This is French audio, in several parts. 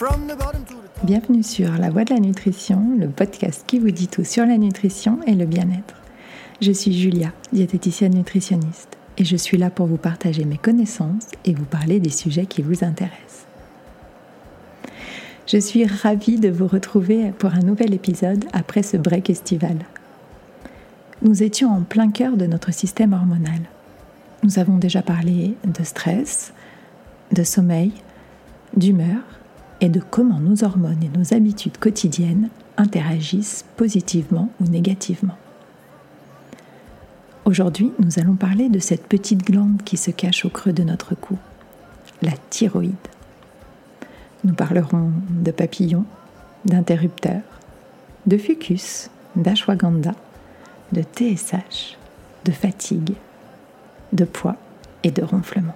Bienvenue sur La Voix de la Nutrition, le podcast qui vous dit tout sur la nutrition et le bien-être. Je suis Julia, diététicienne nutritionniste, et je suis là pour vous partager mes connaissances et vous parler des sujets qui vous intéressent. Je suis ravie de vous retrouver pour un nouvel épisode après ce break estival. Nous étions en plein cœur de notre système hormonal. Nous avons déjà parlé de stress, de sommeil, d'humeur et de comment nos hormones et nos habitudes quotidiennes interagissent positivement ou négativement. Aujourd'hui, nous allons parler de cette petite glande qui se cache au creux de notre cou, la thyroïde. Nous parlerons de papillons, d'interrupteurs, de fucus, d'ashwagandha, de TSH, de fatigue, de poids et de ronflement.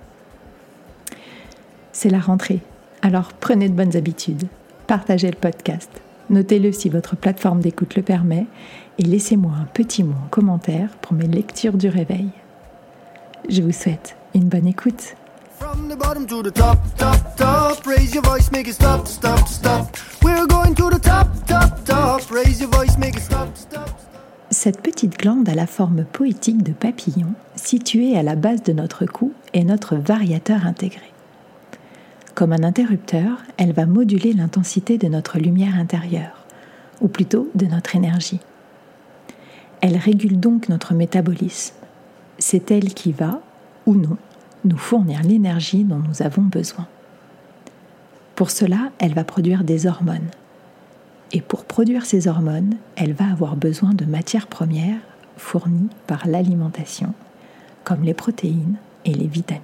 C'est la rentrée, alors prenez de bonnes habitudes, partagez le podcast, notez-le si votre plateforme d'écoute le permet et laissez-moi un petit mot en commentaire pour mes lectures du réveil. Je vous souhaite une bonne écoute. From the bottom to the top, top, top. Raise your voice, make it stop, stop, stop. We're going to the top, top, top. Raise your voice, make it stop, stop. Cette petite glande a la forme poétique de papillon, située à la base de notre cou, est notre variateur intégré. Comme un interrupteur, elle va moduler l'intensité de notre lumière intérieure, ou plutôt de notre énergie. Elle régule donc notre métabolisme. C'est elle qui va, ou non, nous fournir l'énergie dont nous avons besoin. Pour cela, elle va produire des hormones. Et pour produire ces hormones, elle va avoir besoin de matières premières fournies par l'alimentation, comme les protéines et les vitamines.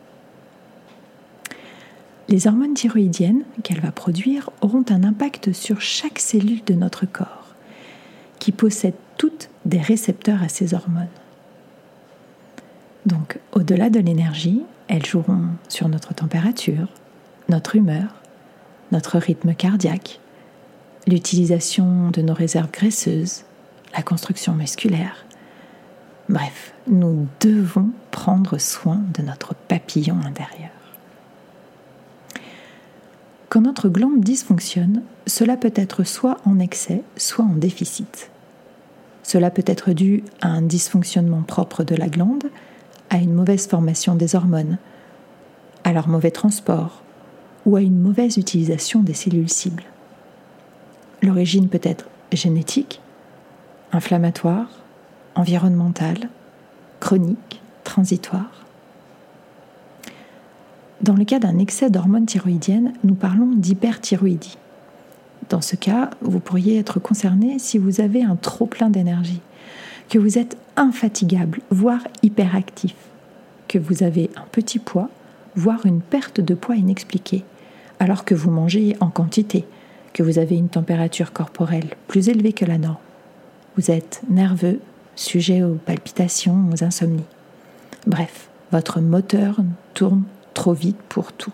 Les hormones thyroïdiennes qu'elle va produire auront un impact sur chaque cellule de notre corps, qui possède toutes des récepteurs à ces hormones. Donc, au-delà de l'énergie, elles joueront sur notre température, notre humeur, notre rythme cardiaque, l'utilisation de nos réserves graisseuses, la construction musculaire. Bref, nous devons prendre soin de notre papillon intérieur. Quand notre glande dysfonctionne, cela peut être soit en excès, soit en déficit. Cela peut être dû à un dysfonctionnement propre de la glande, à une mauvaise formation des hormones, à leur mauvais transport ou à une mauvaise utilisation des cellules cibles. L'origine peut être génétique, inflammatoire, environnementale, chronique, transitoire. Dans le cas d'un excès d'hormones thyroïdiennes, nous parlons d'hyperthyroïdie. Dans ce cas, vous pourriez être concerné si vous avez un trop-plein d'énergie, que vous êtes infatigable, voire hyperactif, que vous avez un petit poids, voire une perte de poids inexpliquée, alors que vous mangez en quantité, que vous avez une température corporelle plus élevée que la norme. Vous êtes nerveux, sujet aux palpitations, aux insomnies. Bref, votre moteur tourne trop vite pour tout.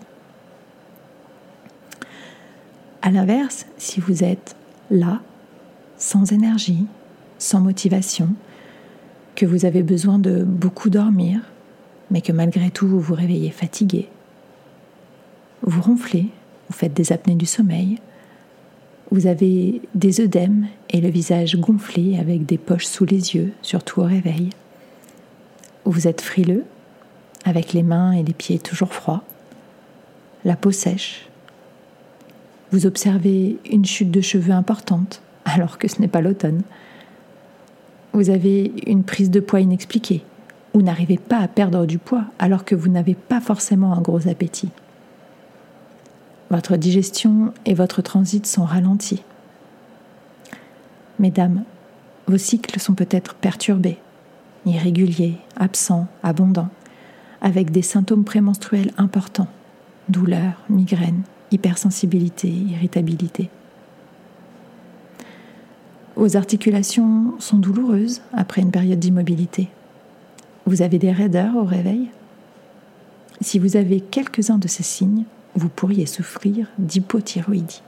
À l'inverse, si vous êtes là, sans énergie, sans motivation, que vous avez besoin de beaucoup dormir, mais que malgré tout vous vous réveillez fatigué, vous ronflez, vous faites des apnées du sommeil, vous avez des œdèmes et le visage gonflé avec des poches sous les yeux, surtout au réveil. Vous êtes frileux, avec les mains et les pieds toujours froids, la peau sèche. Vous observez une chute de cheveux importante, alors que ce n'est pas l'automne. Vous avez une prise de poids inexpliquée, ou n'arrivez pas à perdre du poids, alors que vous n'avez pas forcément un gros appétit. Votre digestion et votre transit sont ralentis. Mesdames, vos cycles sont peut-être perturbés, irréguliers, absents, abondants, avec des symptômes prémenstruels importants, douleurs, migraines, hypersensibilité, irritabilité. Vos articulations sont douloureuses après une période d'immobilité. Vous avez des raideurs au réveil. Si vous avez quelques-uns de ces signes, vous pourriez souffrir d'hypothyroïdie.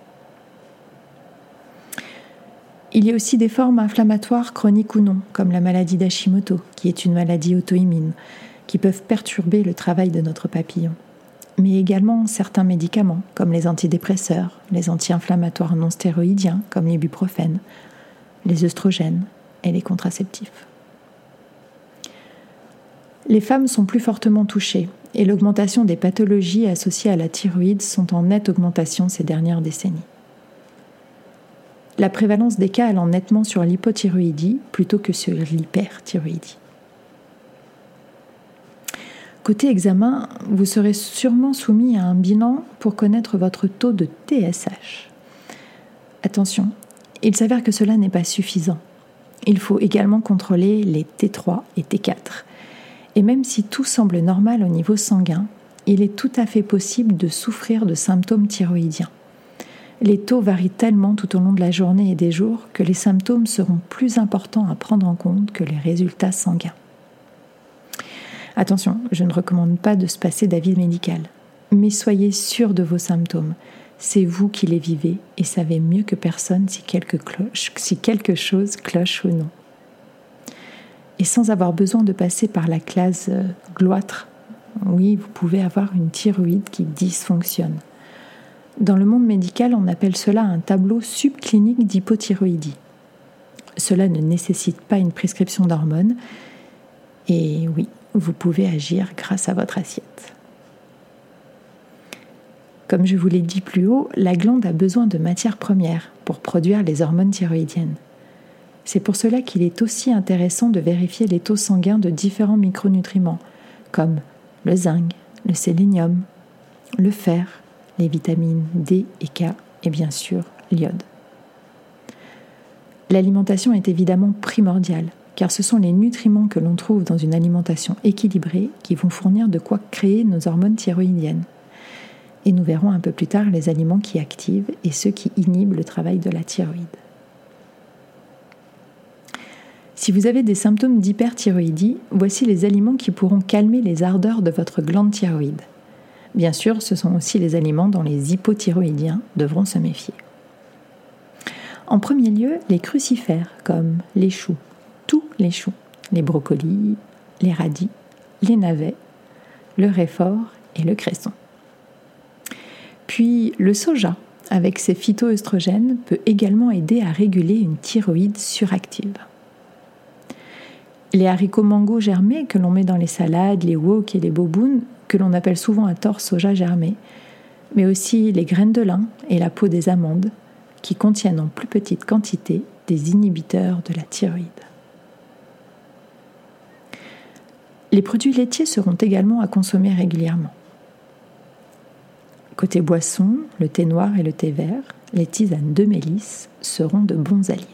Il y a aussi des formes inflammatoires chroniques ou non, comme la maladie d'Hashimoto, qui est une maladie auto-immune, qui peuvent perturber le travail de notre papillon. mais également certains médicaments comme les antidépresseurs, les anti-inflammatoires non stéroïdiens comme l'ibuprofène, les œstrogènes et les contraceptifs. Les femmes sont plus fortement touchées et l'augmentation des pathologies associées à la thyroïde sont en nette augmentation ces dernières décennies. La prévalence des cas allant nettement sur l'hypothyroïdie plutôt que sur l'hyperthyroïdie. Côté examen, vous serez sûrement soumis à un bilan pour connaître votre taux de TSH. Attention, il s'avère que cela n'est pas suffisant. Il faut également contrôler les T3 et T4. Et même si tout semble normal au niveau sanguin, il est tout à fait possible de souffrir de symptômes thyroïdiens. Les taux varient tellement tout au long de la journée et des jours que les symptômes seront plus importants à prendre en compte que les résultats sanguins. Attention, je ne recommande pas de se passer d'avis médical, mais soyez sûr de vos symptômes. C'est vous qui les vivez et savez mieux que personne si quelque chose cloche ou non. Et sans avoir besoin de passer par la case gloître, oui, vous pouvez avoir une thyroïde qui dysfonctionne. Dans le monde médical, on appelle cela un tableau subclinique d'hypothyroïdie. Cela ne nécessite pas une prescription d'hormones et oui, vous pouvez agir grâce à votre assiette. Comme je vous l'ai dit plus haut, la glande a besoin de matières premières pour produire les hormones thyroïdiennes. C'est pour cela qu'il est aussi intéressant de vérifier les taux sanguins de différents micronutriments, comme le zinc, le sélénium, le fer, les vitamines D et K et bien sûr l'iode. L'alimentation est évidemment primordiale, car ce sont les nutriments que l'on trouve dans une alimentation équilibrée qui vont fournir de quoi créer nos hormones thyroïdiennes. Et nous verrons un peu plus tard les aliments qui activent et ceux qui inhibent le travail de la thyroïde. Si vous avez des symptômes d'hyperthyroïdie, voici les aliments qui pourront calmer les ardeurs de votre glande thyroïde. Bien sûr, ce sont aussi les aliments dont les hypothyroïdiens devront se méfier. En premier lieu, les crucifères comme les choux, tous les choux, les brocolis, les radis, les navets, le réfort et le cresson. Puis le soja, avec ses phytoœstrogènes, peut également aider à réguler une thyroïde suractive. Les haricots mango germés que l'on met dans les salades, les wok et les bobounes, que l'on appelle souvent à tort soja germé, mais aussi les graines de lin et la peau des amandes, qui contiennent en plus petite quantité des inhibiteurs de la thyroïde. Les produits laitiers seront également à consommer régulièrement. Côté boisson, le thé noir et le thé vert, les tisanes de mélisse seront de bons alliés.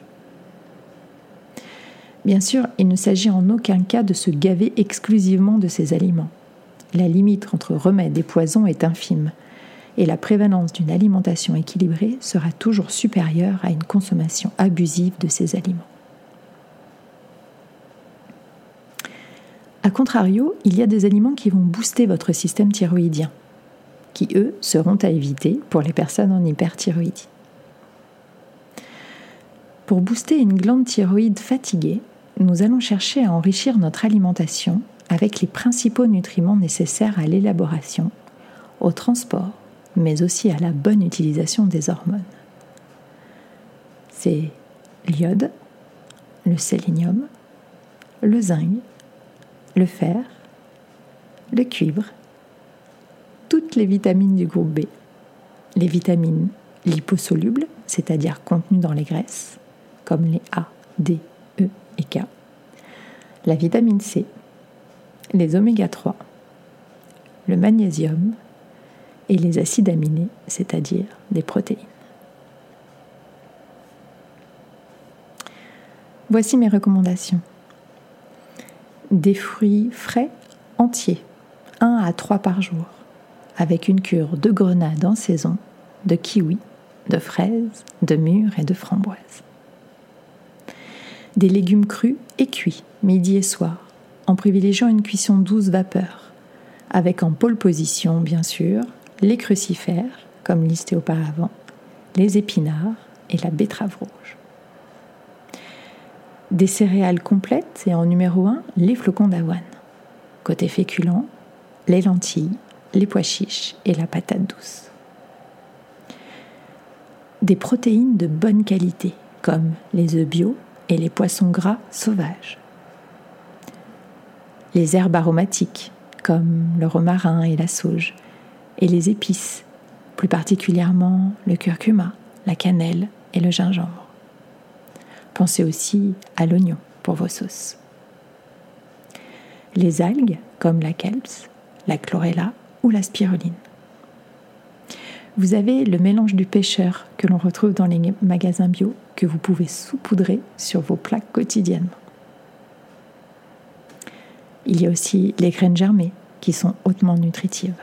Bien sûr, il ne s'agit en aucun cas de se gaver exclusivement de ces aliments. La limite entre remède et poison est infime, et la prévalence d'une alimentation équilibrée sera toujours supérieure à une consommation abusive de ces aliments. A contrario, il y a des aliments qui vont booster votre système thyroïdien, qui eux seront à éviter pour les personnes en hyperthyroïdie. Pour booster une glande thyroïde fatiguée, nous allons chercher à enrichir notre alimentation avec les principaux nutriments nécessaires à l'élaboration, au transport, mais aussi à la bonne utilisation des hormones. C'est l'iode, le sélénium, le zinc, le fer, le cuivre, toutes les vitamines du groupe B, les vitamines liposolubles, c'est-à-dire contenues dans les graisses, comme les A, D, E et K, la vitamine C, les oméga 3, le magnésium et les acides aminés, c'est-à-dire des protéines. Voici mes recommandations. Des fruits frais entiers, 1 à 3 par jour, avec une cure de grenade en saison, de kiwi, de fraises, de mûres et de framboises. Des légumes crus et cuits, midi et soir, en privilégiant une cuisson douce vapeur, avec en pôle position, bien sûr, les crucifères, comme listé auparavant, les épinards et la betterave rouge. Des céréales complètes et en numéro 1, les flocons d'avoine. Côté féculents, les lentilles, les pois chiches et la patate douce. Des protéines de bonne qualité, comme les œufs bio et les poissons gras sauvages. Les herbes aromatiques, comme le romarin et la sauge, et les épices, plus particulièrement le curcuma, la cannelle et le gingembre. Pensez aussi à l'oignon pour vos sauces. Les algues, comme la kelps, la chlorella ou la spiruline. Vous avez le mélange du pêcheur que l'on retrouve dans les magasins bio que vous pouvez saupoudrer sur vos plats quotidiennement. Il y a aussi les graines germées qui sont hautement nutritives.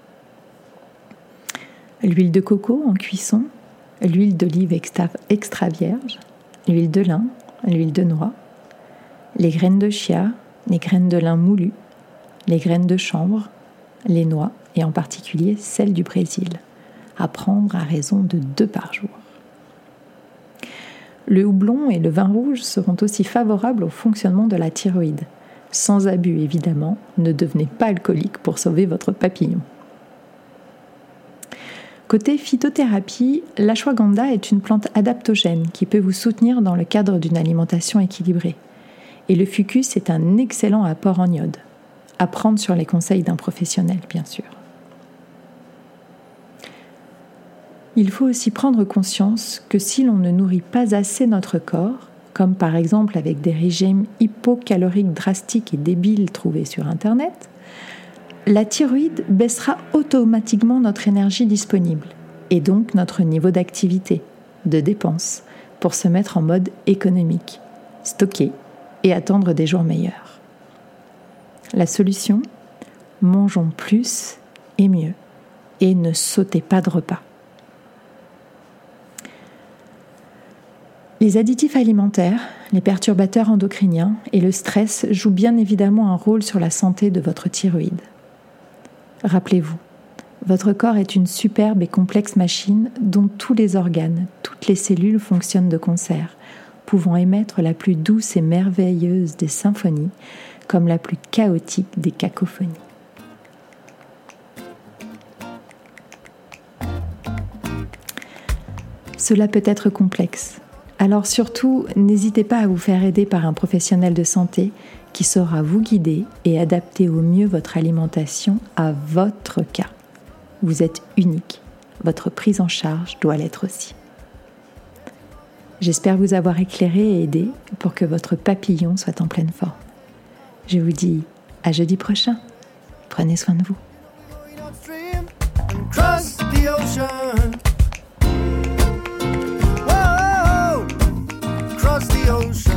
L'huile de coco en cuisson, l'huile d'olive extra vierge, l'huile de lin, l'huile de noix, les graines de chia, les graines de lin moulues, les graines de chanvre, les noix et en particulier celles du Brésil, à prendre à raison de 2 par jour. Le houblon et le vin rouge seront aussi favorables au fonctionnement de la thyroïde. Sans abus évidemment, ne devenez pas alcoolique pour sauver votre papillon. Côté phytothérapie, l'ashwagandha est une plante adaptogène qui peut vous soutenir dans le cadre d'une alimentation équilibrée. Et le fucus est un excellent apport en iode. À prendre sur les conseils d'un professionnel, bien sûr. Il faut aussi prendre conscience que si l'on ne nourrit pas assez notre corps, comme par exemple avec des régimes hypocaloriques drastiques et débiles trouvés sur Internet, la thyroïde baissera automatiquement notre énergie disponible et donc notre niveau d'activité, de dépenses, pour se mettre en mode économique, stocker et attendre des jours meilleurs. La solution ? Mangeons plus et mieux et ne sautez pas de repas. Les additifs alimentaires, les perturbateurs endocriniens et le stress jouent bien évidemment un rôle sur la santé de votre thyroïde. Rappelez-vous, votre corps est une superbe et complexe machine dont tous les organes, toutes les cellules fonctionnent de concert, pouvant émettre la plus douce et merveilleuse des symphonies comme la plus chaotique des cacophonies. Cela peut être complexe. Alors surtout, n'hésitez pas à vous faire aider par un professionnel de santé qui saura vous guider et adapter au mieux votre alimentation à votre cas. Vous êtes unique. Votre prise en charge doit l'être aussi. J'espère vous avoir éclairé et aidé pour que votre papillon soit en pleine forme. Je vous dis à jeudi prochain. Prenez soin de vous. Ocean.